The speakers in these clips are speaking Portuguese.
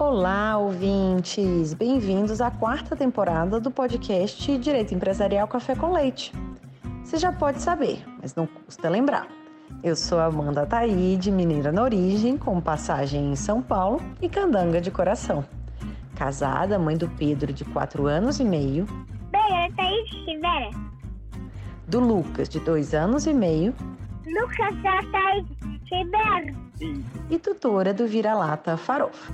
Olá, ouvintes! Bem-vindos à quarta temporada do podcast Direito Empresarial Café com Leite. Você já pode saber, mas não custa lembrar. Eu sou Amanda Taide, mineira na origem, com passagem em São Paulo e candanga de coração. Casada, mãe do Pedro, de 4 anos e meio. Bem, Taide Rivera. Do Lucas, de 2 anos e meio. Lucas da Taide Rivera. E tutora do Vira-Lata Farofa.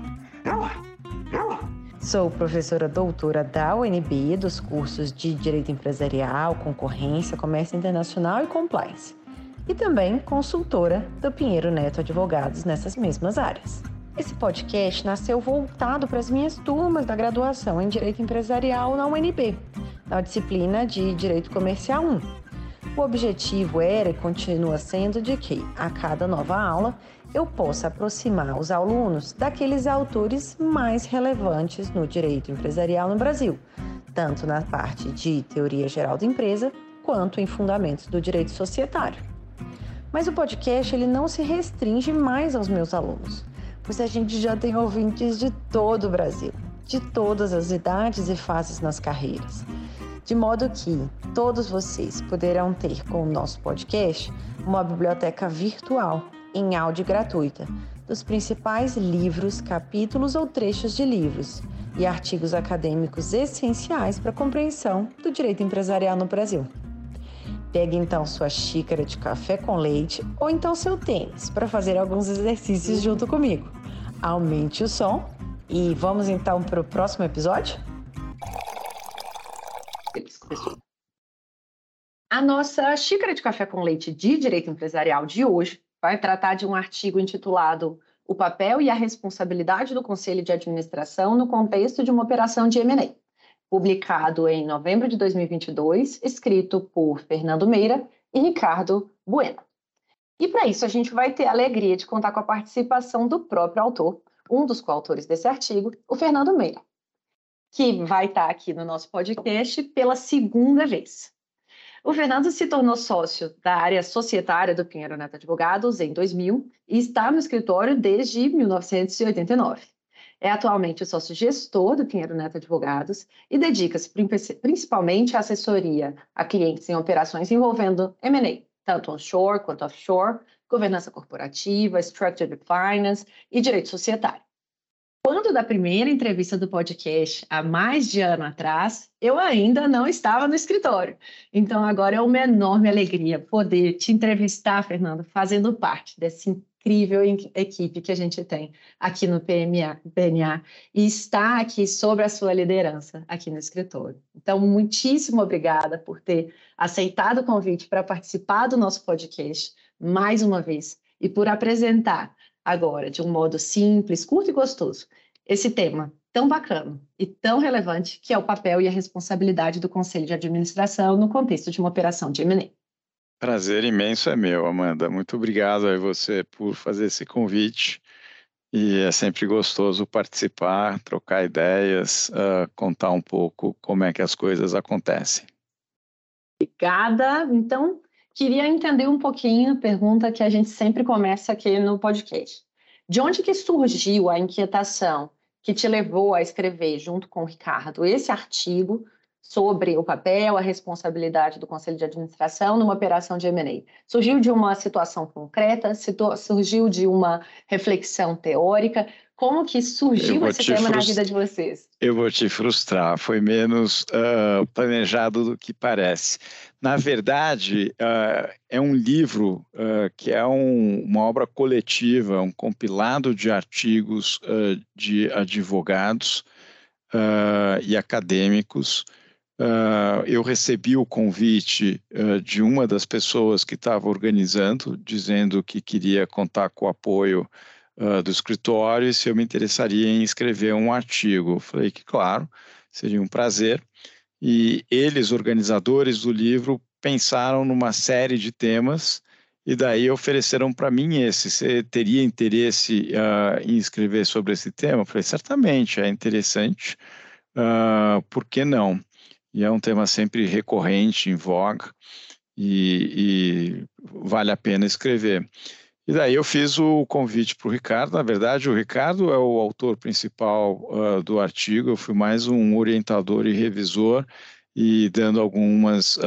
Sou professora doutora da UNB dos cursos de Direito Empresarial, Concorrência, Comércio Internacional e Compliance. E também consultora do Pinheiro Neto Advogados nessas mesmas áreas. Esse podcast nasceu voltado para as minhas turmas da graduação em Direito Empresarial na UNB, na disciplina de Direito Comercial 1. O objetivo era e continua sendo de que, a cada nova aula, eu possa aproximar os alunos daqueles autores mais relevantes no direito empresarial no Brasil, tanto na parte de teoria geral da empresa, quanto em fundamentos do direito societário. Mas o podcast ele não se restringe mais aos meus alunos, pois a gente já tem ouvintes de todo o Brasil, de todas as idades e fases nas carreiras. De modo que todos vocês poderão ter com o nosso podcast uma biblioteca virtual, em áudio gratuita, dos principais livros, capítulos ou trechos de livros e artigos acadêmicos essenciais para a compreensão do direito empresarial no Brasil. Pegue então sua xícara de café com leite ou então seu tênis para fazer alguns exercícios junto comigo. Aumente o som e vamos então para o próximo episódio? A nossa xícara de café com leite de direito empresarial de hoje vai tratar de um artigo intitulado O papel e a responsabilidade do Conselho de Administração no contexto de uma operação de M&A, publicado em novembro de 2022, escrito por Fernando Meira e Ricardo Bueno. E para isso a gente vai ter a alegria de contar com a participação do próprio autor, um dos coautores desse artigo, o Fernando Meira, que vai estar aqui no nosso podcast pela segunda vez. O Fernando se tornou sócio da área societária do Pinheiro Neto Advogados em 2000 e está no escritório desde 1989. É atualmente o sócio-gestor do Pinheiro Neto Advogados e dedica-se principalmente à assessoria a clientes em operações envolvendo M&A, tanto onshore quanto offshore, governança corporativa, structured finance e direito societário. Quando da primeira entrevista do podcast, há mais de ano atrás, eu ainda não estava no escritório. Então, agora é uma enorme alegria poder te entrevistar, Fernando, fazendo parte dessa incrível equipe que a gente tem aqui no PNA e estar aqui sob a sua liderança aqui no escritório. Então, muitíssimo obrigada por ter aceitado o convite para participar do nosso podcast mais uma vez e por apresentar agora, de um modo simples, curto e gostoso, esse tema tão bacana e tão relevante que é o papel e a responsabilidade do Conselho de Administração no contexto de uma operação de M&A. Prazer imenso é meu, Amanda. Muito obrigado a você por fazer esse convite e é sempre gostoso participar, trocar ideias, contar um pouco como é que as coisas acontecem. Obrigada. Então, queria entender um pouquinho a pergunta que a gente sempre começa aqui no podcast. De onde que surgiu a inquietação que te levou a escrever, junto com o Ricardo, esse artigo sobre o papel, a responsabilidade do Conselho de Administração numa operação de M&A? Surgiu de uma situação concreta? Surgiu de uma reflexão teórica? Como que surgiu esse tema na vida de vocês? Eu vou te frustrar, foi menos planejado do que parece. Na verdade, é um livro que é uma obra coletiva, um compilado de artigos de advogados e acadêmicos. Eu recebi o convite de uma das pessoas que estava organizando, dizendo que queria contar com o apoio do escritório e se eu me interessaria em escrever um artigo. Eu falei que, claro, seria um prazer. E eles, organizadores do livro, pensaram numa série de temas e daí ofereceram para mim esse. Você teria interesse em escrever sobre esse tema? Eu falei, certamente, é interessante. Por que não? E é um tema sempre recorrente, em voga, e vale a pena escrever. E daí eu fiz o convite para o Ricardo. Na verdade, o Ricardo é o autor principal do artigo. Eu fui mais um orientador e revisor e dando algumas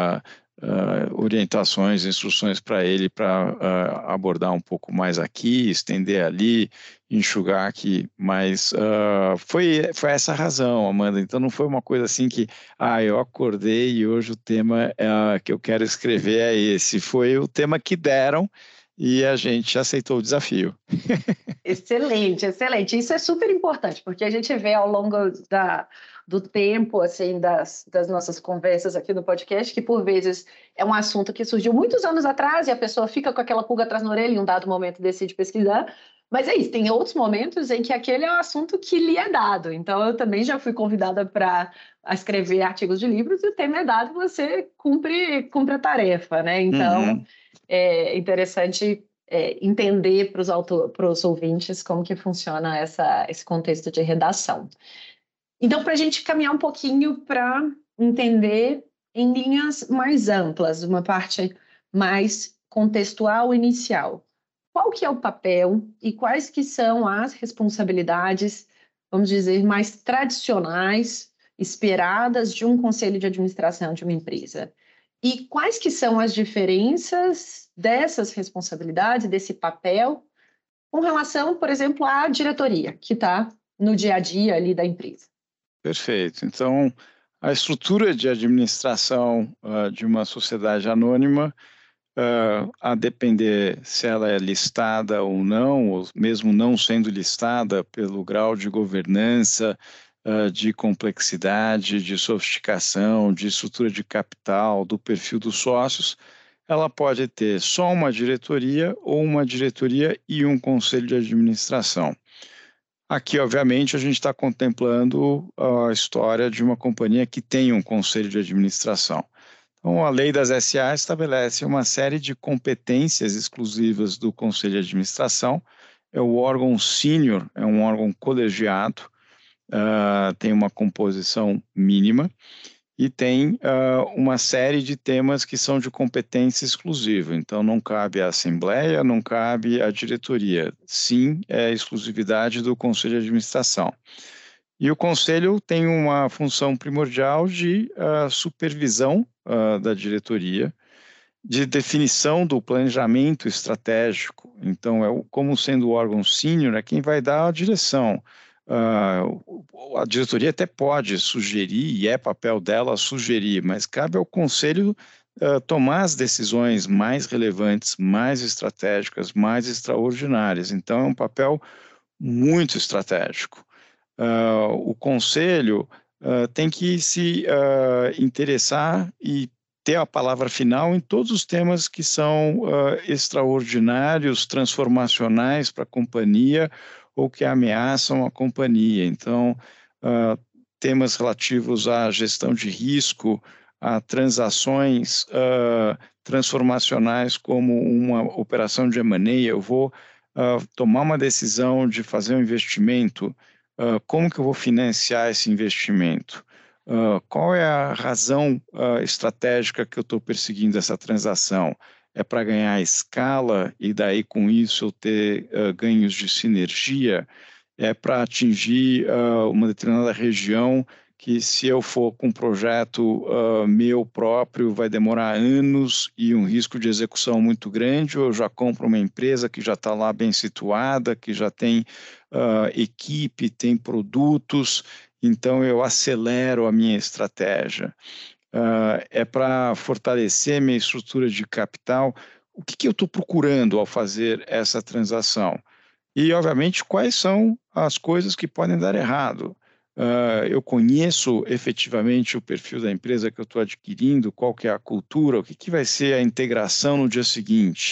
orientações, instruções para ele para abordar um pouco mais aqui, estender ali, enxugar aqui. Mas foi essa a razão, Amanda. Então não foi uma coisa assim que eu acordei e hoje o tema que eu quero escrever é esse. Foi o tema que deram e a gente aceitou o desafio. Excelente, excelente. Isso é super importante, porque a gente vê ao longo do tempo, assim, das nossas conversas aqui no podcast, que por vezes é um assunto que surgiu muitos anos atrás e a pessoa fica com aquela pulga atrás na orelha e em um dado momento decide pesquisar. Mas é isso, tem outros momentos em que aquele é um assunto que lhe é dado. Então, eu também já fui convidada para escrever artigos de livros e o tema é dado, você cumpre a tarefa, né? Então, é interessante entender para os ouvintes como que funciona esse contexto de redação. Então, para a gente caminhar um pouquinho para entender em linhas mais amplas, uma parte mais contextual inicial, qual que é o papel e quais que são as responsabilidades, vamos dizer, mais tradicionais, esperadas de um conselho de administração de uma empresa? E quais que são as diferenças dessas responsabilidades, desse papel, com relação, por exemplo, à diretoria, que está no dia a dia ali da empresa? Perfeito. Então, a estrutura de administração de uma sociedade anônima, a depender se ela é listada ou não, ou mesmo não sendo listada, pelo grau de governança, de complexidade, de sofisticação, de estrutura de capital, do perfil dos sócios, ela pode ter só uma diretoria ou uma diretoria e um conselho de administração. Aqui, obviamente, a gente está contemplando a história de uma companhia que tem um conselho de administração. Então, a lei das SA estabelece uma série de competências exclusivas do conselho de administração. É o órgão sênior, é um órgão colegiado, tem uma composição mínima e tem uma série de temas que são de competência exclusiva. Então, não cabe à Assembleia, não cabe à diretoria. Sim, é exclusividade do Conselho de Administração. E o Conselho tem uma função primordial de supervisão da diretoria, de definição do planejamento estratégico. Então, como sendo o órgão sênior, é quem vai dar a direção. A diretoria até pode sugerir, e é papel dela sugerir, mas cabe ao conselho tomar as decisões mais relevantes, mais estratégicas, mais extraordinárias. Então, é um papel muito estratégico. O conselho tem que se interessar e ter a palavra final em todos os temas que são extraordinários, transformacionais para a companhia, ou que ameaçam a companhia. Então, temas relativos à gestão de risco, a transações transformacionais como uma operação de M&A, eu vou tomar uma decisão de fazer um investimento, como que eu vou financiar esse investimento? Qual é a razão estratégica que eu estou perseguindo essa transação? É para ganhar escala e daí com isso eu ter ganhos de sinergia? É para atingir uma determinada região que, se eu for com um projeto meu próprio, vai demorar anos e um risco de execução muito grande, ou eu já compro uma empresa que já está lá bem situada, que já tem equipe, tem produtos, então eu acelero a minha estratégia. É para fortalecer minha estrutura de capital. O que eu estou procurando ao fazer essa transação? E, obviamente, quais são as coisas que podem dar errado? Eu conheço efetivamente o perfil da empresa que eu estou adquirindo, qual que é a cultura, o que vai ser a integração no dia seguinte,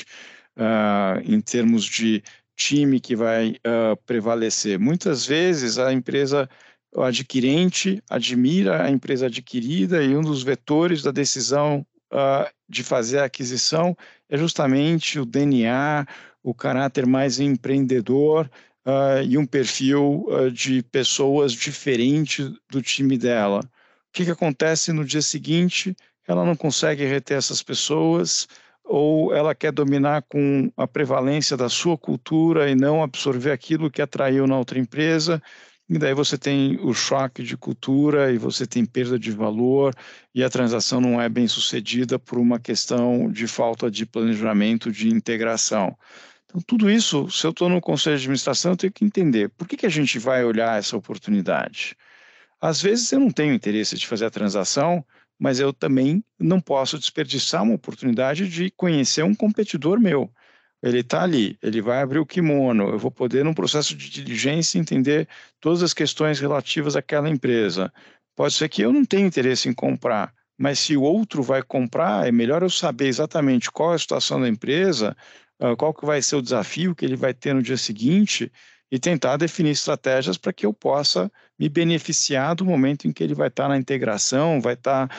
em termos de time que vai prevalecer. Muitas vezes a empresa, o adquirente admira a empresa adquirida e um dos vetores da decisão de fazer a aquisição é justamente o DNA, o caráter mais empreendedor e um perfil de pessoas diferente do time dela. O que acontece no dia seguinte? Ela não consegue reter essas pessoas, ou ela quer dominar com a prevalência da sua cultura e não absorver aquilo que atraiu na outra empresa, e daí você tem o choque de cultura e você tem perda de valor e a transação não é bem sucedida por uma questão de falta de planejamento, de integração. Então, tudo isso, se eu estou no conselho de administração, eu tenho que entender por que a gente vai olhar essa oportunidade. Às vezes eu não tenho interesse de fazer a transação, mas eu também não posso desperdiçar uma oportunidade de conhecer um competidor meu. Ele está ali, ele vai abrir o kimono, eu vou poder, num processo de diligência, entender todas as questões relativas àquela empresa. Pode ser que eu não tenha interesse em comprar, mas se o outro vai comprar, é melhor eu saber exatamente qual é a situação da empresa, qual que vai ser o desafio que ele vai ter no dia seguinte e tentar definir estratégias para que eu possa me beneficiar do momento em que ele vai estar na integração, vai estar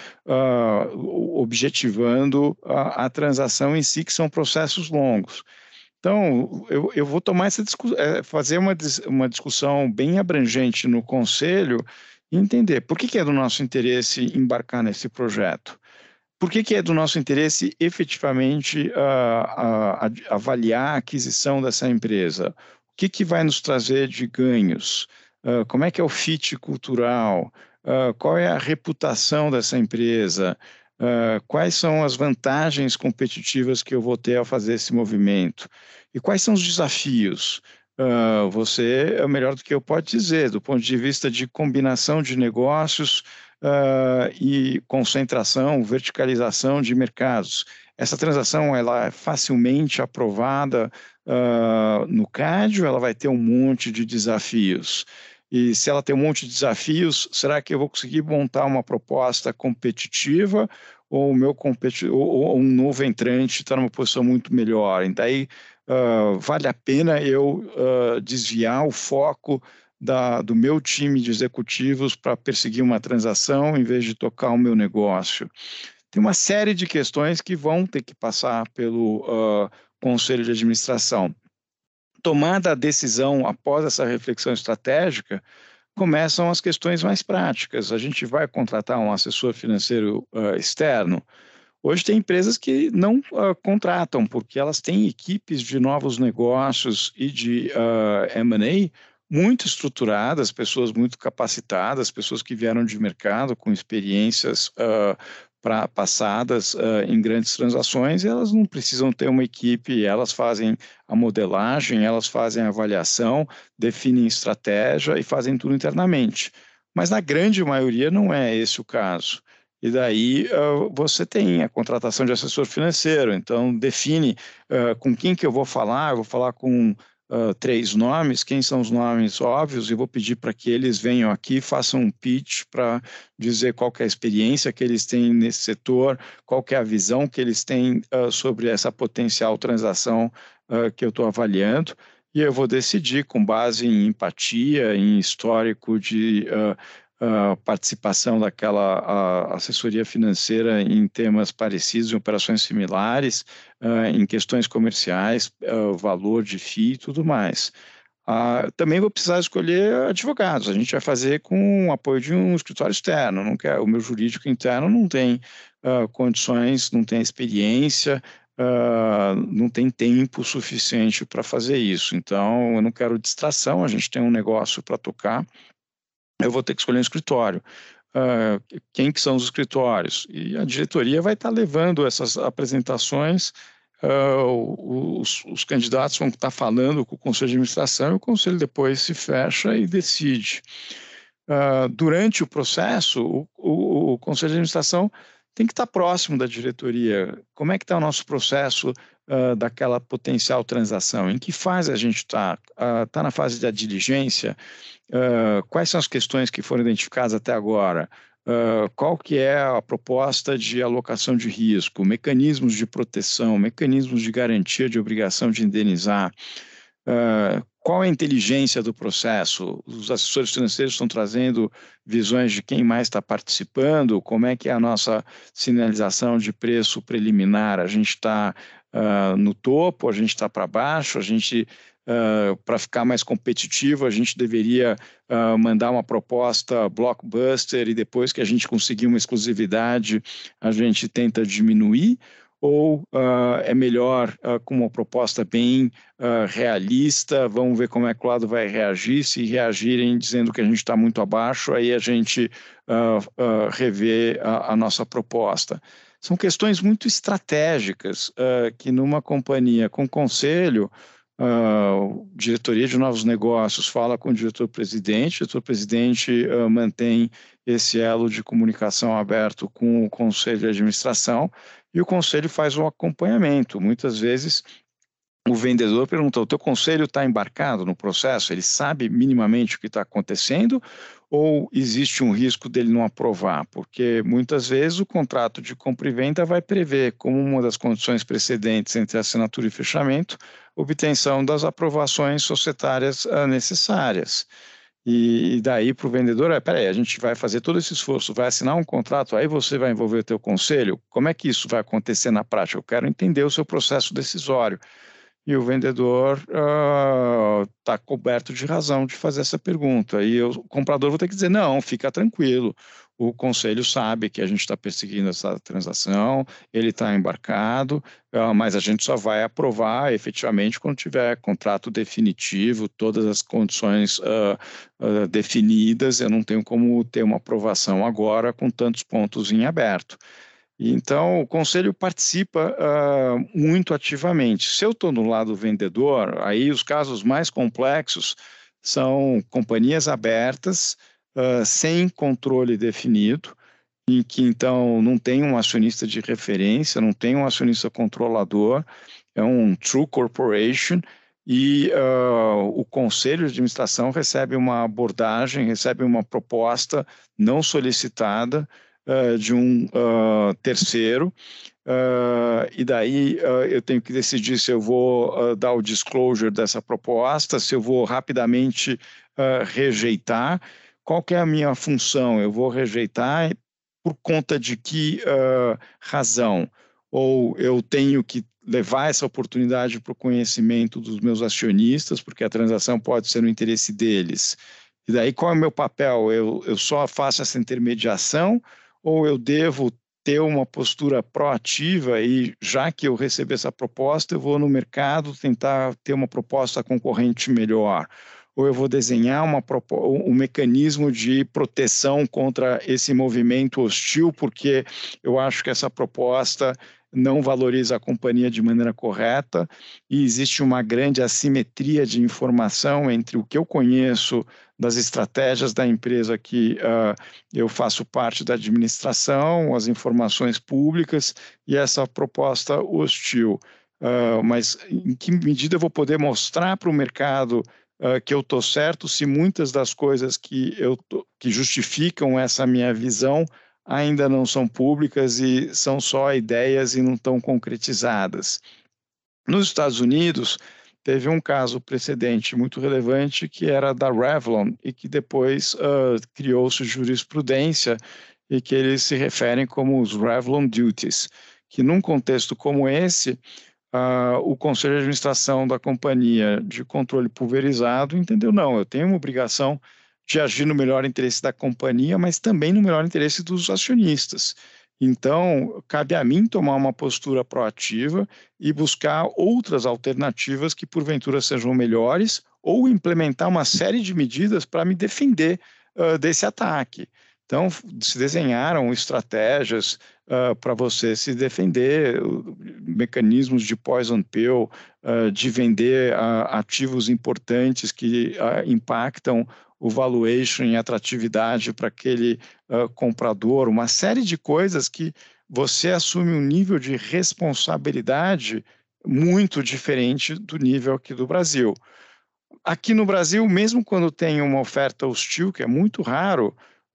objetivando a transação em si, que são processos longos. Então, eu vou tomar fazer uma discussão bem abrangente no conselho e entender por que é do nosso interesse embarcar nesse projeto. Por que é do nosso interesse efetivamente avaliar a aquisição dessa empresa? O que vai nos trazer de ganhos? Como é que é o fit cultural? Qual é a reputação dessa empresa? Quais são as vantagens competitivas que eu vou ter ao fazer esse movimento? E quais são os desafios? Você é melhor do que eu pode dizer, do ponto de vista de combinação de negócios e concentração, verticalização de mercados. Essa transação ela é facilmente aprovada no CAD, ela vai ter um monte de desafios. E se ela tem um monte de desafios, será que eu vou conseguir montar uma proposta competitiva ou ou um novo entrante está numa posição muito melhor? Então, aí, vale a pena eu desviar o foco do meu time de executivos para perseguir uma transação em vez de tocar o meu negócio? Tem uma série de questões que vão ter que passar pelo conselho de administração. Tomada a decisão após essa reflexão estratégica, começam as questões mais práticas. A gente vai contratar um assessor financeiro externo. Hoje tem empresas que não contratam, porque elas têm equipes de novos negócios e de M&A muito estruturadas, pessoas muito capacitadas, pessoas que vieram de mercado com experiências passadas em grandes transações, e elas não precisam ter uma equipe, elas fazem a modelagem, elas fazem a avaliação, definem estratégia e fazem tudo internamente. Mas na grande maioria não é esse o caso. E daí você tem a contratação de assessor financeiro, então define com quem que eu vou falar com 3 nomes, quem são os nomes óbvios, e vou pedir para que eles venham aqui, façam um pitch para dizer qual que é a experiência que eles têm nesse setor, qual que é a visão que eles têm sobre essa potencial transação que eu estou avaliando, e eu vou decidir com base em empatia, em histórico de participação daquela assessoria financeira em temas parecidos, em operações similares, em questões comerciais, valor de FII e tudo mais. Também vou precisar escolher advogados. A gente vai fazer com o apoio de um escritório externo. O meu jurídico interno não tem condições, não tem experiência, não tem tempo suficiente para fazer isso. Então, eu não quero distração, a gente tem um negócio para tocar, eu vou ter que escolher um escritório. Quem que são os escritórios? E a diretoria vai estar levando essas apresentações, os candidatos vão estar falando com o conselho de administração e o conselho depois se fecha e decide. Durante o processo, o conselho de administração tem que estar próximo da diretoria. Como é que está o nosso processo daquela potencial transação? Em que fase a gente está? Está na fase da diligência? Quais são as questões que foram identificadas até agora? Qual que é a proposta de alocação de risco? Mecanismos de proteção, mecanismos de garantia de obrigação de indenizar? Qual é a inteligência do processo? Os assessores financeiros estão trazendo visões de quem mais está participando? Como é que é a nossa sinalização de preço preliminar? A gente está no topo, a gente está para baixo, a gente... para ficar mais competitivo, a gente deveria mandar uma proposta blockbuster e depois que a gente conseguir uma exclusividade, a gente tenta diminuir, ou é melhor com uma proposta bem realista, vamos ver como é que o lado vai reagir, se reagirem dizendo que a gente está muito abaixo, aí a gente revê a nossa proposta. São questões muito estratégicas que numa companhia com conselho, diretoria de novos negócios fala com o diretor-presidente mantém esse elo de comunicação aberto com o conselho de administração e o conselho faz o acompanhamento. Muitas vezes o vendedor pergunta, o teu conselho está embarcado no processo? Ele sabe minimamente o que está acontecendo ou existe um risco dele não aprovar? Porque muitas vezes o contrato de compra e venda vai prever como uma das condições precedentes entre assinatura e fechamento, obtenção das aprovações societárias necessárias. E daí para o vendedor, peraí, a gente vai fazer todo esse esforço, vai assinar um contrato, aí você vai envolver o teu conselho? Como é que isso vai acontecer na prática? Eu quero entender o seu processo decisório. E o vendedor está coberto de razão de fazer essa pergunta. E o comprador vai ter que dizer, não, fica tranquilo, o conselho sabe que a gente está perseguindo essa transação, ele está embarcado, mas a gente só vai aprovar efetivamente quando tiver contrato definitivo, todas as condições definidas, eu não tenho como ter uma aprovação agora com tantos pontos em aberto. Então, o conselho participa muito ativamente. Se eu estou no lado vendedor, aí os casos mais complexos são companhias abertas, sem controle definido, em que, então, não tem um acionista de referência, não tem um acionista controlador, é um true corporation, e o conselho de administração recebe uma abordagem, recebe uma proposta não solicitada, de um terceiro, e daí eu tenho que decidir se eu vou dar o disclosure dessa proposta, se eu vou rapidamente rejeitar, qual que é a minha função? Eu vou rejeitar por conta de que razão? Ou eu tenho que levar essa oportunidade para o conhecimento dos meus acionistas, porque a transação pode ser no interesse deles. E daí qual é o meu papel? Eu só faço essa intermediação ou eu devo ter uma postura proativa e, já que eu receber essa proposta, eu vou no mercado tentar ter uma proposta concorrente melhor? Ou eu vou desenhar um mecanismo de proteção contra esse movimento hostil, porque eu acho que essa proposta não valoriza a companhia de maneira correta e existe uma grande assimetria de informação entre o que eu conheço das estratégias da empresa que eu faço parte da administração, as informações públicas e essa proposta hostil. Mas em que medida eu vou poder mostrar para o mercado que eu estou certo se muitas das coisas que justificam essa minha visão ainda não são públicas e são só ideias e não estão concretizadas. Nos Estados Unidos, teve um caso precedente muito relevante que era da Revlon e que depois criou-se jurisprudência e que eles se referem como os Revlon Duties, que num contexto como esse, o Conselho de Administração da companhia de controle pulverizado entendeu, não, eu tenho uma obrigação de agir no melhor interesse da companhia, mas também no melhor interesse dos acionistas. Então, cabe a mim tomar uma postura proativa e buscar outras alternativas que, porventura, sejam melhores ou implementar uma série de medidas para me defender desse ataque. Então, se desenharam estratégias para você se defender, mecanismos de poison pill, de vender ativos importantes que impactam o valuation e atratividade para aquele comprador, uma série de coisas que você assume um nível de responsabilidade muito diferente do nível aqui do Brasil. Aqui no Brasil, mesmo quando tem uma oferta hostil, que é muito raro,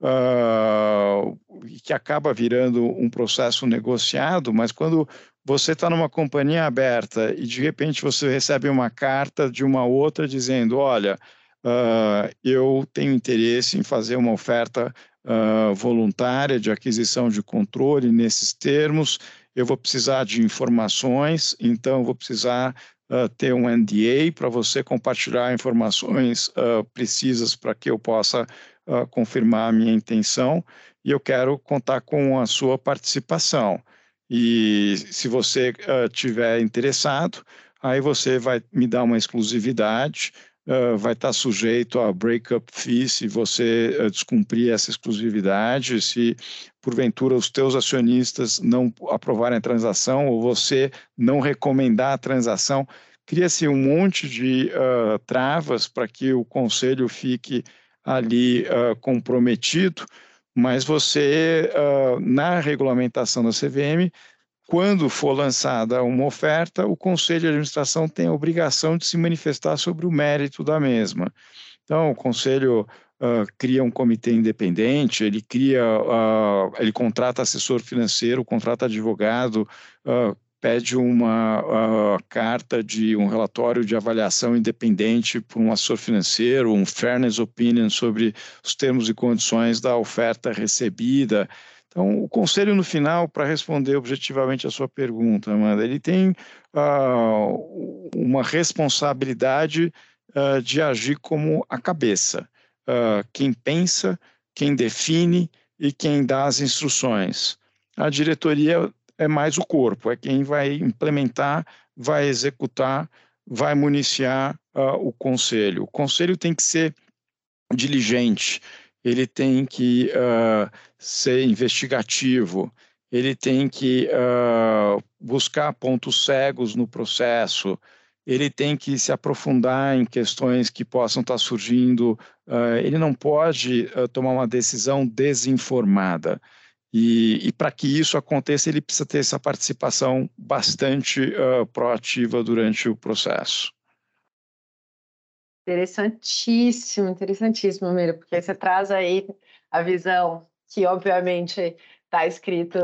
que acaba virando um processo negociado, mas quando você está numa companhia aberta e de repente você recebe uma carta de uma outra dizendo, olha, eu tenho interesse em fazer uma oferta voluntária de aquisição de controle nesses termos, eu vou precisar de informações, então eu vou precisar ter um NDA para você compartilhar informações precisas para que eu possa confirmar a minha intenção e eu quero contar com a sua participação. E se você tiver interessado, aí você vai me dar uma exclusividade, vai estar sujeito a breakup fee se você descumprir essa exclusividade, se porventura os teus acionistas não aprovarem a transação ou você não recomendar a transação, cria-se um monte de travas para que o conselho fique ali comprometido, mas você, na regulamentação da CVM, quando for lançada uma oferta, o Conselho de Administração tem a obrigação de se manifestar sobre o mérito da mesma. Então, o Conselho cria um comitê independente, ele contrata assessor financeiro, contrata advogado, pede uma carta de um relatório de avaliação independente por um assessor financeiro, um fairness opinion sobre os termos e condições da oferta recebida. Então, o conselho, no final, para responder objetivamente a sua pergunta, Amanda, ele tem uma responsabilidade de agir como a cabeça, quem pensa, quem define e quem dá as instruções. A diretoria é mais o corpo, é quem vai implementar, vai executar, vai municiar o conselho. O conselho tem que ser diligente, ele tem que ser investigativo, ele tem que buscar pontos cegos no processo, ele tem que se aprofundar em questões que possam estar surgindo, ele não pode tomar uma decisão desinformada. E para que isso aconteça, ele precisa ter essa participação bastante proativa durante o processo. Interessantíssimo, interessantíssimo, Miro, porque você traz aí a visão que, obviamente, está escrito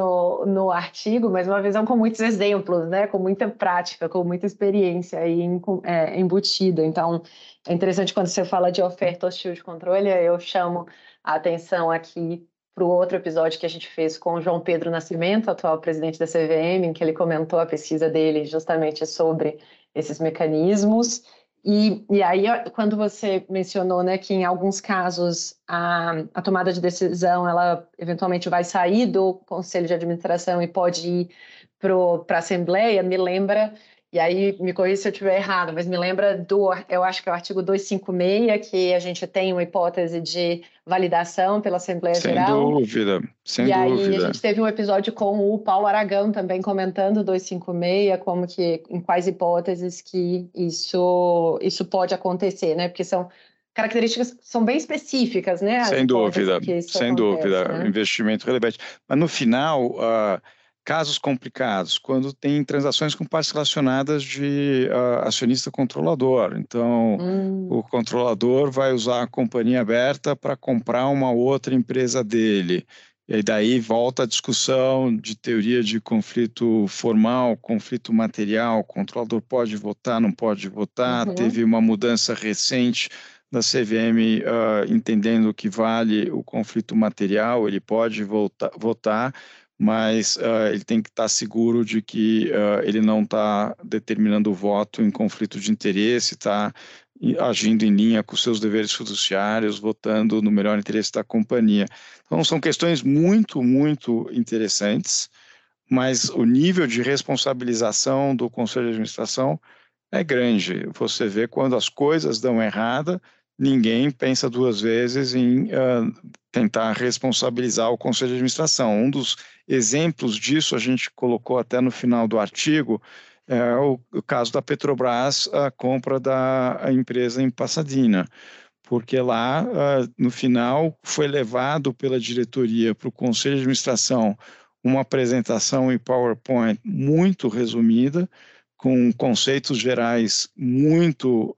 no artigo, mas uma visão com muitos exemplos, né? Com muita prática, com muita experiência aí embutida. Então, é interessante quando você fala de oferta hostil de controle, eu chamo a atenção aqui para o outro episódio que a gente fez com o João Pedro Nascimento, atual presidente da CVM, em que ele comentou a pesquisa dele justamente sobre esses mecanismos. E aí, quando você mencionou, né, que em alguns casos a tomada de decisão, ela eventualmente vai sair do Conselho de Administração e pode ir para a Assembleia, me lembra, e aí me corrija se eu estiver errado, mas me lembra eu acho que é o artigo 256, que a gente tem uma hipótese de validação pela Assembleia Geral. Sem dúvida. Aí a gente teve um episódio com o Paulo Aragão também comentando 256, como que, em quais hipóteses que isso pode acontecer, né? Porque são características que são bem específicas, né? Sem dúvida, Né? investimento relevante. Mas no final, casos complicados, quando tem transações com partes relacionadas de acionista controlador. Então, o controlador vai usar a companhia aberta para comprar uma outra empresa dele. E daí volta a discussão de teoria de conflito formal, conflito material, o controlador pode votar, não pode votar, teve uma mudança recente da CVM entendendo que vale o conflito material, ele pode votar, mas ele tem que estar seguro de que ele não está determinando o voto em conflito de interesse, está agindo em linha com seus deveres fiduciários, votando no melhor interesse da companhia. Então, são questões muito, muito interessantes, mas o nível de responsabilização do Conselho de Administração é grande. Você vê quando as coisas dão errada, ninguém pensa duas vezes em tentar responsabilizar o Conselho de Administração. Um dos exemplos disso, a gente colocou até no final do artigo, é o caso da Petrobras, a compra da empresa em Pasadena, porque lá, no final, foi levado pela diretoria para o Conselho de Administração uma apresentação em PowerPoint muito resumida, com conceitos gerais muito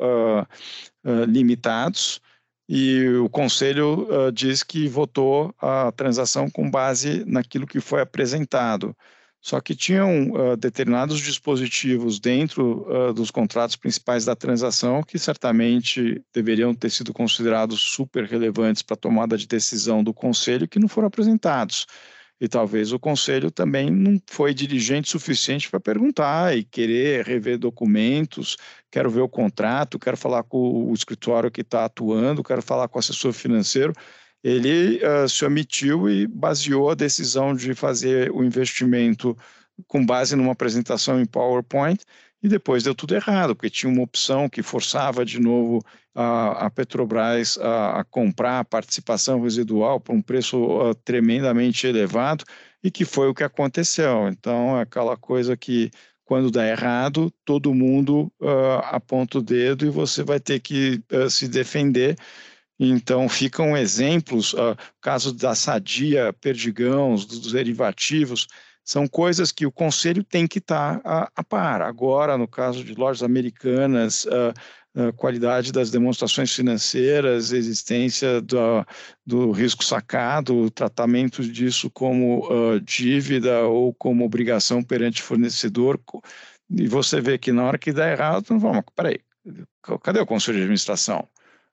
limitados, e o Conselho diz que votou a transação com base naquilo que foi apresentado. Só que tinham determinados dispositivos dentro dos contratos principais da transação que certamente deveriam ter sido considerados super relevantes para a tomada de decisão do Conselho que não foram apresentados. E talvez o Conselho também não foi diligente o suficiente para perguntar e querer rever documentos, quero ver o contrato, quero falar com o escritório que está atuando, quero falar com o assessor financeiro. ele se omitiu e baseou a decisão de fazer o investimento com base numa apresentação em PowerPoint, e depois deu tudo errado, porque tinha uma opção que forçava de novo a Petrobras a comprar a participação residual por um preço tremendamente elevado, e que foi o que aconteceu. Então, é aquela coisa que, quando dá errado, todo mundo aponta o dedo e você vai ter que se defender. Então, ficam exemplos, o caso da Sadia, Perdigão, dos derivativos, são coisas que o Conselho tem que estar a par. Agora, no caso de lojas americanas, a qualidade das demonstrações financeiras, existência do risco sacado, tratamento disso como dívida ou como obrigação perante fornecedor, e você vê que na hora que dá errado, não vamos, peraí, cadê o Conselho de Administração?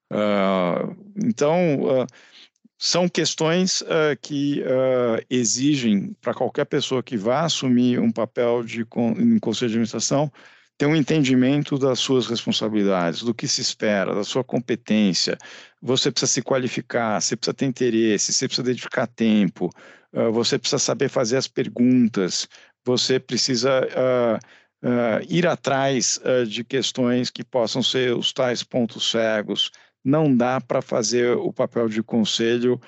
Então, são questões que exigem, para qualquer pessoa que vá assumir um papel em conselho de administração, ter um entendimento das suas responsabilidades, do que se espera, da sua competência. Você precisa se qualificar, você precisa ter interesse, você precisa dedicar tempo, você precisa saber fazer as perguntas, você precisa ir atrás de questões que possam ser os tais pontos cegos. Não dá para fazer o papel de conselho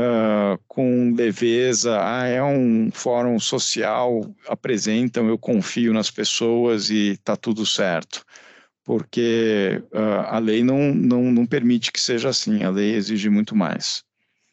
com leveza. É um fórum social, apresentam, eu confio nas pessoas e está tudo certo. Porque a lei não permite que seja assim, a lei exige muito mais.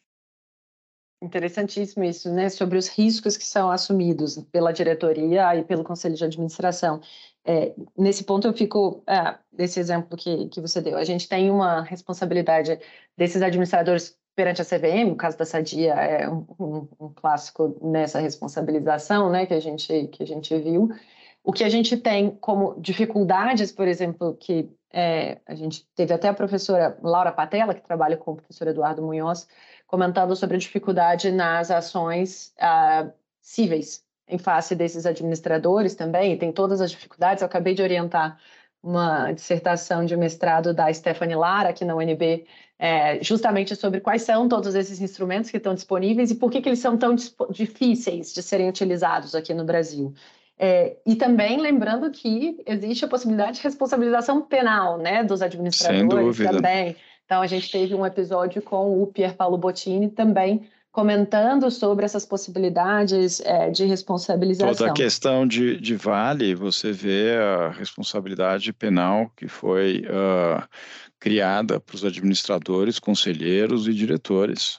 Interessantíssimo isso, né? Sobre os riscos que são assumidos pela diretoria e pelo conselho de administração. Nesse ponto eu fico, desse exemplo que você deu, a gente tem uma responsabilidade desses administradores perante a CVM, o caso da Sadia é um clássico nessa responsabilização, né, que a gente viu. O que a gente tem como dificuldades, por exemplo, que a gente teve até a professora Laura Patella, que trabalha com o professor Eduardo Munhoz, comentando sobre a dificuldade nas ações cíveis, em face desses administradores também, tem todas as dificuldades. Eu acabei de orientar uma dissertação de mestrado da Stephanie Lara, aqui na UNB, justamente sobre quais são todos esses instrumentos que estão disponíveis e por que eles são tão difíceis de serem utilizados aqui no Brasil. E também lembrando que existe a possibilidade de responsabilização penal, né, dos administradores também. Então, a gente teve um episódio com o Pier Paolo Bottini também, comentando sobre essas possibilidades de responsabilização. Toda a questão de Vale, você vê a responsabilidade penal que foi criada para os administradores, conselheiros e diretores.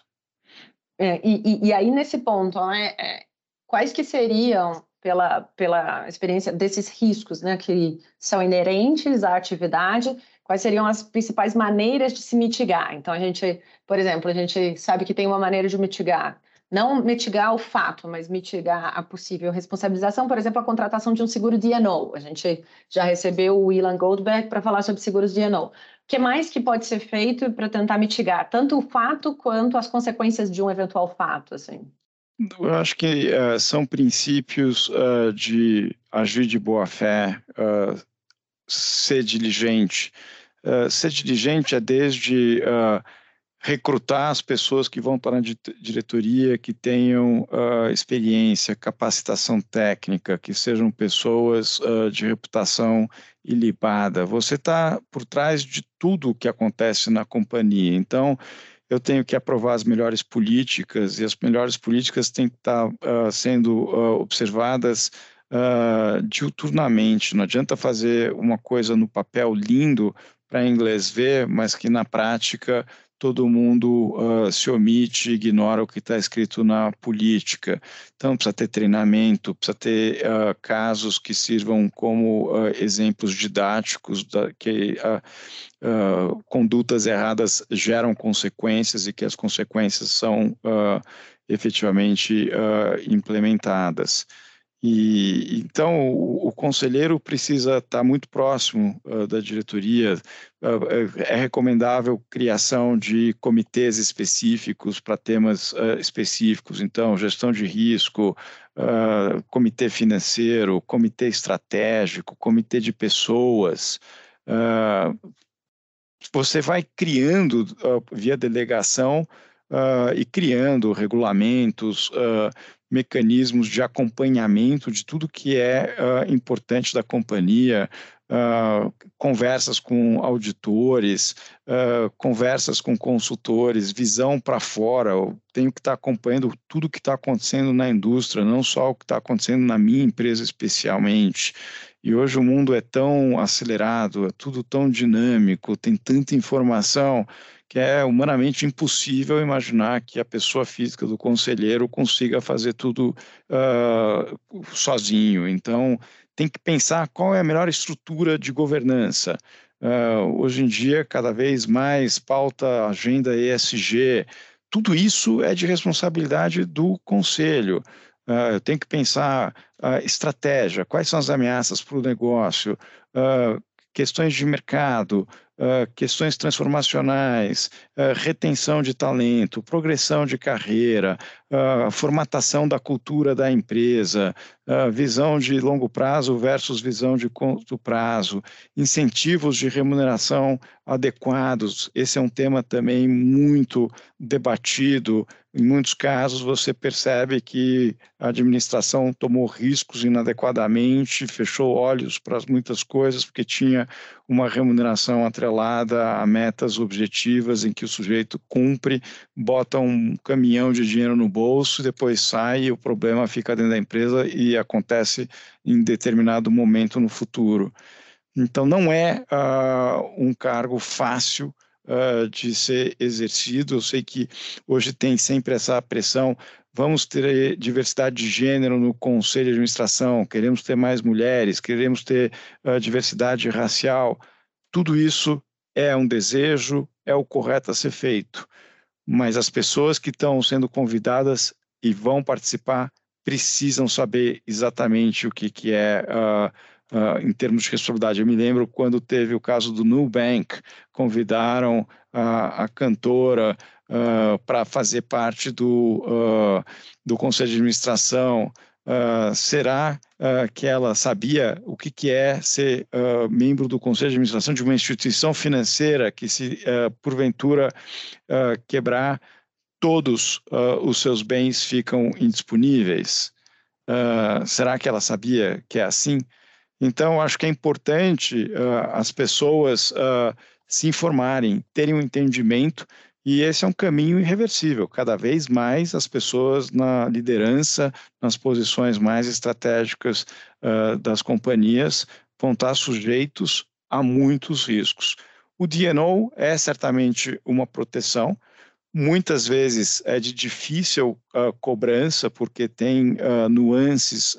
E aí, nesse ponto, né, quais que seriam, pela experiência desses riscos, né, que são inerentes à atividade, quais seriam as principais maneiras de se mitigar? Então, por exemplo, a gente sabe que tem uma maneira de mitigar, não mitigar o fato, mas mitigar a possível responsabilização, por exemplo, a contratação de um seguro D&O. A gente já recebeu o Ilan Goldberg para falar sobre seguros D&O. O que mais que pode ser feito para tentar mitigar tanto o fato quanto as consequências de um eventual fato, assim? Eu acho que são princípios de agir de boa fé, ser diligente. Ser diligente é desde recrutar as pessoas que vão para a diretoria, que tenham experiência, capacitação técnica, que sejam pessoas de reputação ilibada. Você está por trás de tudo o que acontece na companhia. Então, eu tenho que aprovar as melhores políticas, e as melhores políticas têm que estar sendo observadas diuturnamente. Não adianta fazer uma coisa no papel lindo para inglês ver, mas que na prática todo mundo se omite, ignora o que está escrito na política. Então, precisa ter treinamento, precisa ter casos que sirvam como exemplos didáticos que condutas erradas geram consequências e que as consequências são efetivamente implementadas. Então, o conselheiro precisa estar muito próximo da diretoria. É recomendável criação de comitês específicos para temas específicos. Então, gestão de risco, comitê financeiro, comitê estratégico, comitê de pessoas. Você vai criando, via delegação, e criando regulamentos, mecanismos de acompanhamento de tudo que é importante da companhia, conversas com auditores, conversas com consultores, visão para fora. Eu tenho que estar acompanhando tudo que está acontecendo na indústria, não só o que está acontecendo na minha empresa especialmente. E hoje o mundo é tão acelerado, é tudo tão dinâmico, tem tanta informação que é humanamente impossível imaginar que a pessoa física do conselheiro consiga fazer tudo sozinho. Então, tem que pensar qual é a melhor estrutura de governança. Hoje em dia, cada vez mais pauta agenda ESG, tudo isso é de responsabilidade do conselho. Eu tenho que pensar estratégia, quais são as ameaças para o negócio, questões de mercado, questões transformacionais, retenção de talento, progressão de carreira, formatação da cultura da empresa, visão de longo prazo versus visão de curto prazo, incentivos de remuneração adequados. Esse é um tema também muito debatido. Em muitos casos, você percebe que a administração tomou riscos inadequadamente, fechou olhos para muitas coisas, porque tinha uma remuneração atrelada a metas objetivas em que o sujeito cumpre, bota um caminhão de dinheiro no bolso, depois sai e o problema fica dentro da empresa e acontece em determinado momento no futuro. Então, não é um cargo fácil de ser exercido. Eu sei que hoje tem sempre essa pressão, vamos ter diversidade de gênero no conselho de administração, queremos ter mais mulheres, queremos ter diversidade racial. Tudo isso é um desejo, é o correto a ser feito. Mas as pessoas que estão sendo convidadas e vão participar precisam saber exatamente o que é em termos de responsabilidade. Eu me lembro quando teve o caso do Nubank, convidaram a cantora para fazer parte do conselho de administração. Será que ela sabia o que é ser membro do conselho de administração de uma instituição financeira que, se porventura quebrar, todos os seus bens ficam indisponíveis? Será que ela sabia que é assim? Então, acho que é importante as pessoas se informarem, terem um entendimento, e esse é um caminho irreversível. Cada vez mais as pessoas na liderança, nas posições mais estratégicas das companhias, vão estar sujeitos a muitos riscos. O D&O é certamente uma proteção. Muitas vezes é de difícil cobrança, porque tem nuances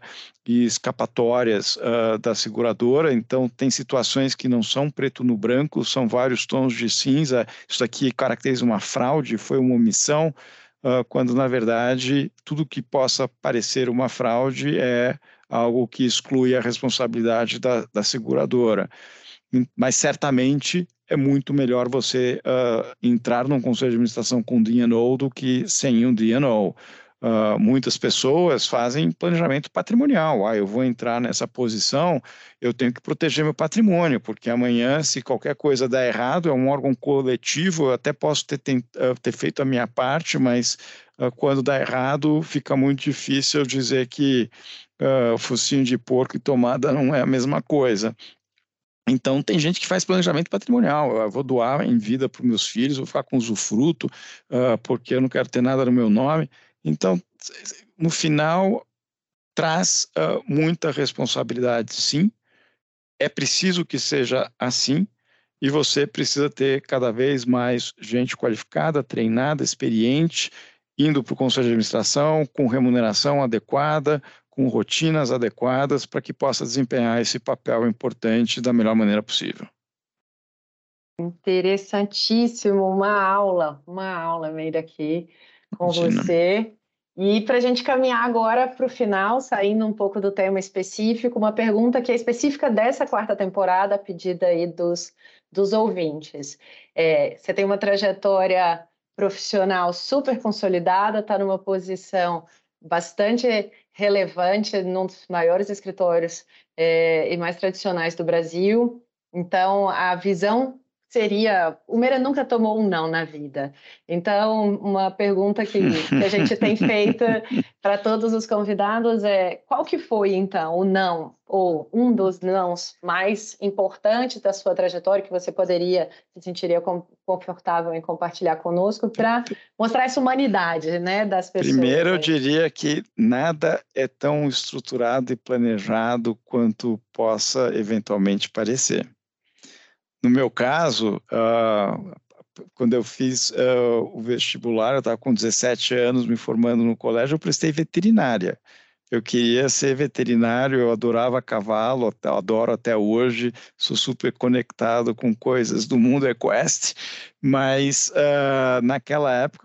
e escapatórias da seguradora, então tem situações que não são preto no branco, são vários tons de cinza. Isso aqui caracteriza uma fraude, foi uma omissão, quando na verdade tudo que possa parecer uma fraude é algo que exclui a responsabilidade da seguradora. Mas certamente é muito melhor você entrar num conselho de administração com D&O do que sem um D&O. Muitas pessoas fazem planejamento patrimonial. Eu vou entrar nessa posição, eu tenho que proteger meu patrimônio, porque amanhã, se qualquer coisa der errado, é um órgão coletivo, eu até posso ter feito a minha parte, mas quando dá errado, fica muito difícil dizer que focinho de porco e tomada não é a mesma coisa. Então, tem gente que faz planejamento patrimonial. Eu vou doar em vida para os meus filhos, vou ficar com usufruto, porque eu não quero ter nada no meu nome. Então, no final, traz muita responsabilidade, sim. É preciso que seja assim, e você precisa ter cada vez mais gente qualificada, treinada, experiente, indo para o conselho de administração, com remuneração adequada, com rotinas adequadas, para que possa desempenhar esse papel importante da melhor maneira possível. Interessantíssimo, uma aula meio daqui com você. E para a gente caminhar agora para o final, saindo um pouco do tema específico, uma pergunta que é específica dessa quarta temporada, a pedida aí dos ouvintes. Você tem uma trajetória profissional super consolidada, está numa posição bastante relevante num dos maiores escritórios e mais tradicionais do Brasil. Então, a visão seria... O Meira nunca tomou um não na vida. Então, uma pergunta que a gente tem feito para todos os convidados é: qual que foi, então, o não, ou um dos nãos mais importantes da sua trajetória que você se sentiria confortável em compartilhar conosco para mostrar essa humanidade, né, das pessoas? Primeiro, eu diria que nada é tão estruturado e planejado quanto possa eventualmente parecer. No meu caso, quando eu fiz o vestibular, eu estava com 17 anos, me formando no colégio, eu prestei veterinária. Eu queria ser veterinário, eu adorava cavalo, adoro até hoje, sou super conectado com coisas do mundo equestre, mas naquela época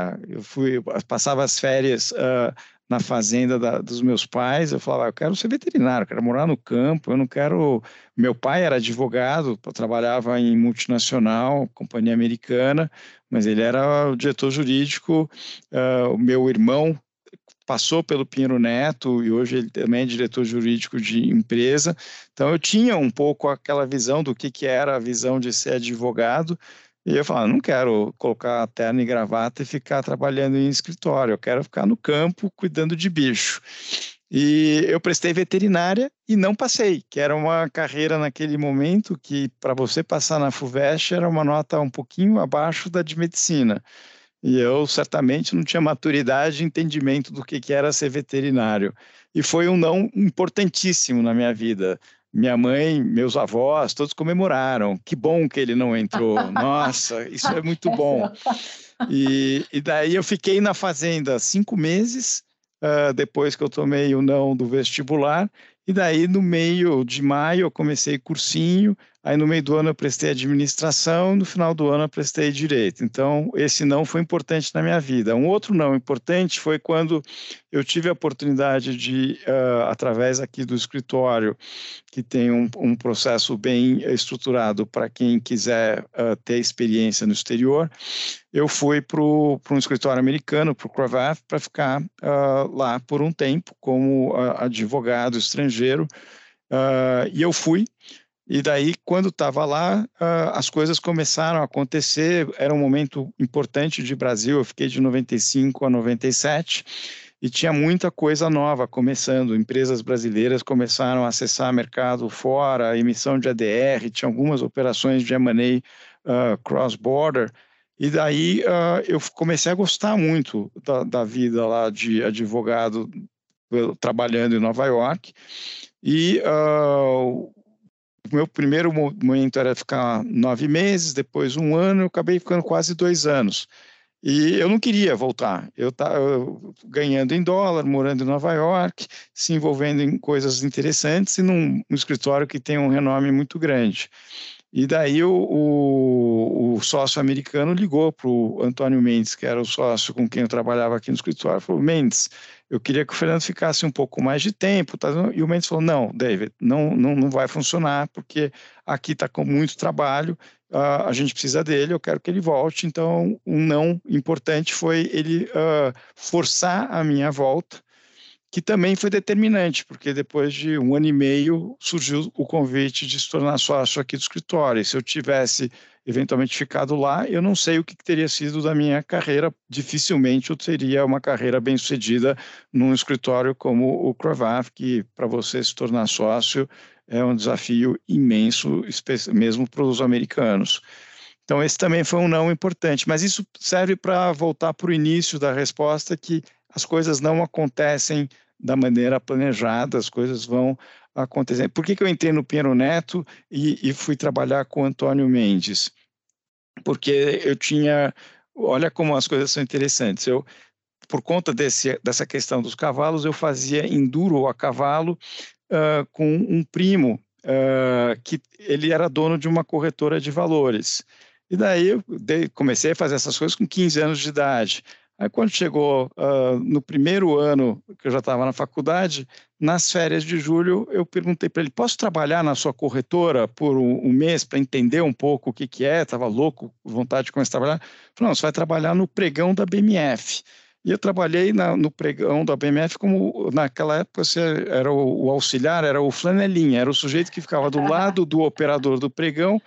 eu passava as férias na fazenda dos meus pais, eu falava, eu quero ser veterinário, quero morar no campo, eu não quero... Meu pai era advogado, trabalhava em multinacional, companhia americana, mas ele era o diretor jurídico, o meu irmão passou pelo Pinheiro Neto e hoje ele também é diretor jurídico de empresa, então eu tinha um pouco aquela visão do que era a visão de ser advogado, e eu falava, não quero colocar terno e gravata e ficar trabalhando em escritório, eu quero ficar no campo cuidando de bicho. E eu prestei veterinária e não passei, que era uma carreira naquele momento que para você passar na FUVEST era uma nota um pouquinho abaixo da de medicina. E eu certamente não tinha maturidade e entendimento do que era ser veterinário. E foi um não importantíssimo na minha vida. Minha mãe, meus avós, todos comemoraram. Que bom que ele não entrou. Nossa, isso é muito bom. E daí eu fiquei na fazenda 5 meses, depois que eu tomei o não do vestibular. E daí, no meio de maio, eu comecei cursinho. Aí, no meio do ano, eu prestei administração. No final do ano, eu prestei direito. Então, esse não foi importante na minha vida. Um outro não importante foi quando eu tive a oportunidade de, através aqui do escritório, que tem um processo bem estruturado para quem quiser ter experiência no exterior, eu fui para um escritório americano, para o Cravath, para ficar lá por um tempo como advogado estrangeiro. E eu fui. E daí, quando estava lá, as coisas começaram a acontecer. Era um momento importante de Brasil. Eu fiquei de 95 a 97 e tinha muita coisa nova começando. Empresas brasileiras começaram a acessar mercado fora, emissão de ADR, tinha algumas operações de M&A cross-border. E daí eu comecei a gostar muito da vida lá de advogado trabalhando em Nova York. E o meu primeiro momento era ficar 9 meses, depois 1 ano, eu acabei ficando quase 2 anos. E eu não queria voltar. Eu estava ganhando em dólar, morando em Nova York, se envolvendo em coisas interessantes e num escritório que tem um renome muito grande. E daí o sócio americano ligou para o Antônio Mendes, que era o sócio com quem eu trabalhava aqui no escritório, falou, Mendes, eu queria que o Fernando ficasse um pouco mais de tempo. Tá? E o Mendes falou, não, David, não vai funcionar, porque aqui está com muito trabalho, a gente precisa dele, eu quero que ele volte. Então, um não importante foi ele forçar a minha volta, que também foi determinante, porque depois de 1 ano e meio surgiu o convite de se tornar sócio aqui do escritório. E se eu tivesse eventualmente ficado lá, eu não sei o que teria sido da minha carreira. Dificilmente eu teria uma carreira bem-sucedida num escritório como o Cravath, que para você se tornar sócio é um desafio imenso, mesmo para os americanos. Então esse também foi um não importante, mas isso serve para voltar para o início da resposta, que as coisas não acontecem da maneira planejada, as coisas vão acontecendo. Por que eu entrei no Pinheiro Neto e fui trabalhar com o Antônio Mendes? Porque eu tinha... Olha como as coisas são interessantes. Por conta dessa questão dos cavalos, eu fazia enduro a cavalo com um primo, que ele era dono de uma corretora de valores. E daí eu comecei a fazer essas coisas com 15 anos de idade. Aí quando chegou no primeiro ano que eu já estava na faculdade, nas férias de julho, eu perguntei para ele, posso trabalhar na sua corretora por um mês para entender um pouco o que é? Estava louco, vontade de começar a trabalhar. Ele falou, não, você vai trabalhar no pregão da BMF. E eu trabalhei no pregão da BMF como, naquela época, você era o auxiliar, era o flanelinha, era o sujeito que ficava do lado do operador do pregão,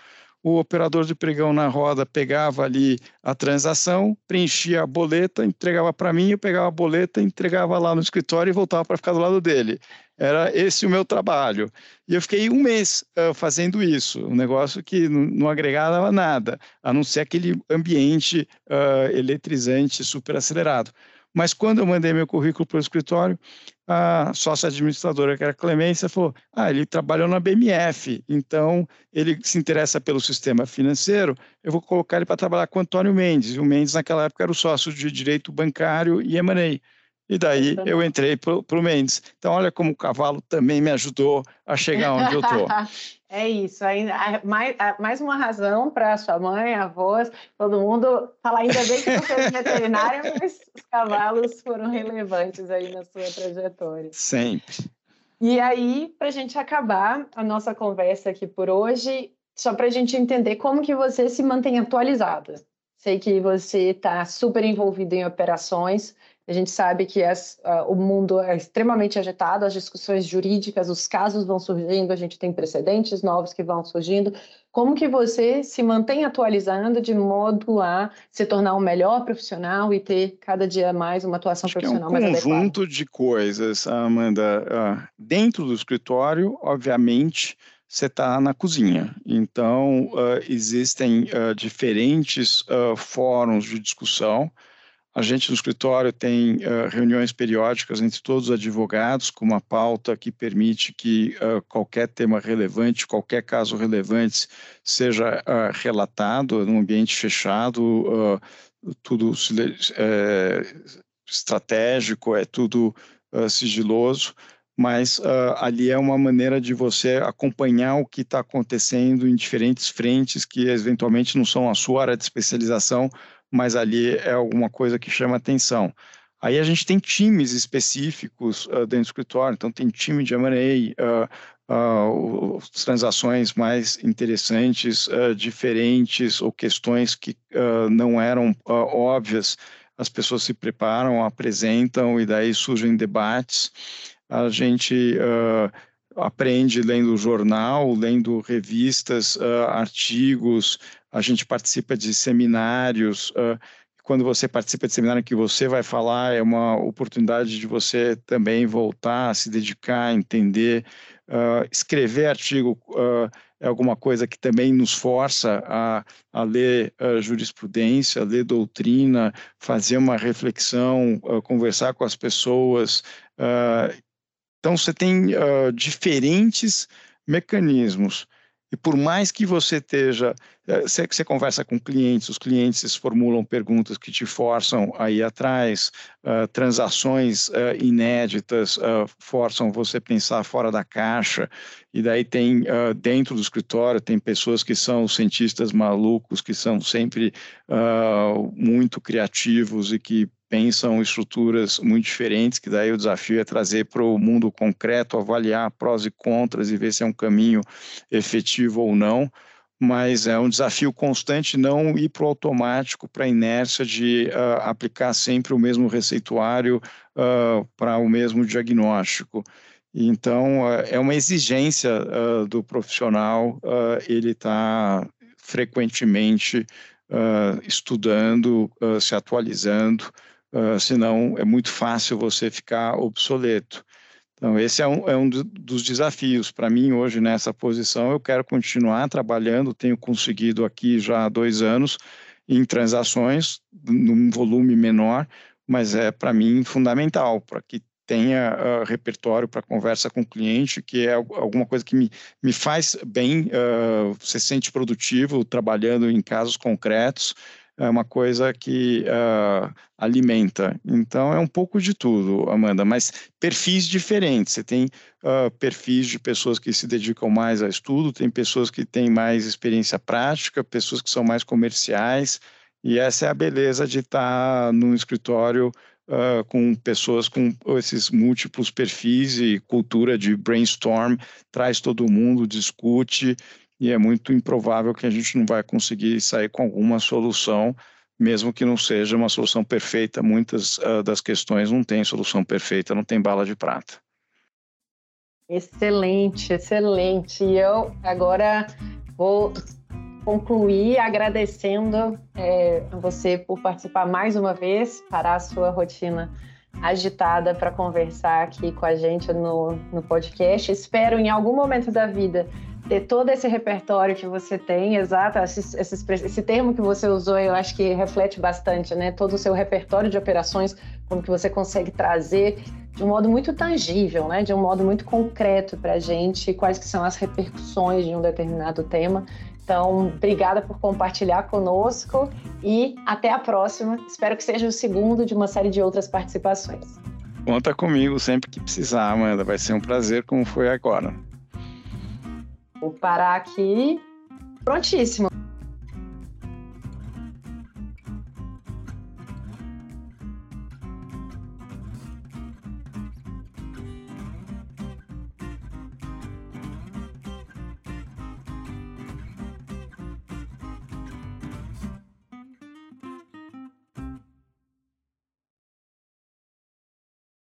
o operador de pregão na roda pegava ali a transação, preenchia a boleta, entregava para mim, eu pegava a boleta, entregava lá no escritório e voltava para ficar do lado dele. Era esse o meu trabalho. E eu fiquei um mês fazendo isso, um negócio que não agregava nada, a não ser aquele ambiente eletrizante, super acelerado. Mas quando eu mandei meu currículo para o escritório, a sócia administradora, que era a Clemência, falou, ele trabalhou na BMF, então ele se interessa pelo sistema financeiro, eu vou colocar ele para trabalhar com o Antônio Mendes. E o Mendes, naquela época, era o sócio de direito bancário e M&A. E daí eu entrei para o Mendes. Então, olha como o cavalo também me ajudou a chegar onde eu estou. É isso, mais uma razão para sua mãe, avós, todo mundo falar, ainda bem que não fez veterinária, mas os cavalos foram relevantes aí na sua trajetória. Sempre. E aí, para a gente acabar a nossa conversa aqui por hoje, só para a gente entender como que você se mantém atualizada. Sei que você está super envolvido em operações. A gente sabe que o mundo é extremamente agitado, as discussões jurídicas, os casos vão surgindo, a gente tem precedentes novos que vão surgindo. Como que você se mantém atualizando de modo a se tornar um melhor profissional e ter cada dia mais uma atuação profissional mais adequada? É um conjunto de coisas, Amanda. Dentro do escritório, obviamente, você está na cozinha. Então, existem diferentes fóruns de discussão. A gente no escritório tem reuniões periódicas entre todos os advogados, com uma pauta que permite que qualquer tema relevante, qualquer caso relevante seja relatado num ambiente fechado, tudo estratégico, é tudo sigiloso, mas ali é uma maneira de você acompanhar o que está acontecendo em diferentes frentes que eventualmente não são a sua área de especialização, mas ali é alguma coisa que chama atenção. Aí a gente tem times específicos dentro do escritório, então tem time de M&A, transações mais interessantes, diferentes, ou questões que não eram óbvias, as pessoas se preparam, apresentam e daí surgem debates. A gente aprende lendo jornal, lendo revistas, artigos, a gente participa de seminários. Quando você participa de seminário que você vai falar, é uma oportunidade de você também voltar a se dedicar, a entender. Escrever artigo é alguma coisa que também nos força a ler jurisprudência, a ler doutrina, fazer uma reflexão, conversar com as pessoas. Então, você tem diferentes mecanismos. E por mais que você você conversa com clientes, os clientes formulam perguntas que te forçam a ir atrás, transações inéditas forçam você a pensar fora da caixa, e daí tem, dentro do escritório, tem pessoas que são cientistas malucos, que são sempre muito criativos e que pensam estruturas muito diferentes, que daí o desafio é trazer para o mundo concreto, avaliar prós e contras e ver se é um caminho efetivo ou não, mas é um desafio constante não ir para o automático, para a inércia de aplicar sempre o mesmo receituário para o mesmo diagnóstico. Então, é uma exigência do profissional, ele está frequentemente estudando, se atualizando, senão é muito fácil você ficar obsoleto. Então, esse é um dos desafios. Para mim, hoje, nessa posição, eu quero continuar trabalhando, tenho conseguido aqui já há 2 anos em transações, num volume menor, mas é, para mim, fundamental, para que tenha repertório para conversa com o cliente, que é alguma coisa que me faz bem, se sente produtivo trabalhando em casos concretos, é uma coisa que alimenta. Então, é um pouco de tudo, Amanda, mas perfis diferentes. Você tem perfis de pessoas que se dedicam mais a estudo, tem pessoas que têm mais experiência prática, pessoas que são mais comerciais, e essa é a beleza de estar num escritório com pessoas com esses múltiplos perfis e cultura de brainstorm, traz todo mundo, discute, e é muito improvável que a gente não vai conseguir sair com alguma solução, mesmo que não seja uma solução perfeita. Muitas das questões não têm solução perfeita, não tem bala de prata. Excelente, excelente. E eu agora vou concluir agradecendo a você por participar mais uma vez, parar a sua rotina agitada para conversar aqui com a gente no podcast. Espero em algum momento da vida ter todo esse repertório que você tem, exato, esse termo que você usou, eu acho que reflete bastante, né? Todo o seu repertório de operações, como que você consegue trazer de um modo muito tangível, né? De um modo muito concreto para a gente, quais que são as repercussões de um determinado tema. Então, obrigada por compartilhar conosco e até a próxima. Espero que seja o segundo de uma série de outras participações. Conta comigo sempre que precisar, Amanda. Vai ser um prazer como foi agora. Vou parar aqui. Prontíssimo.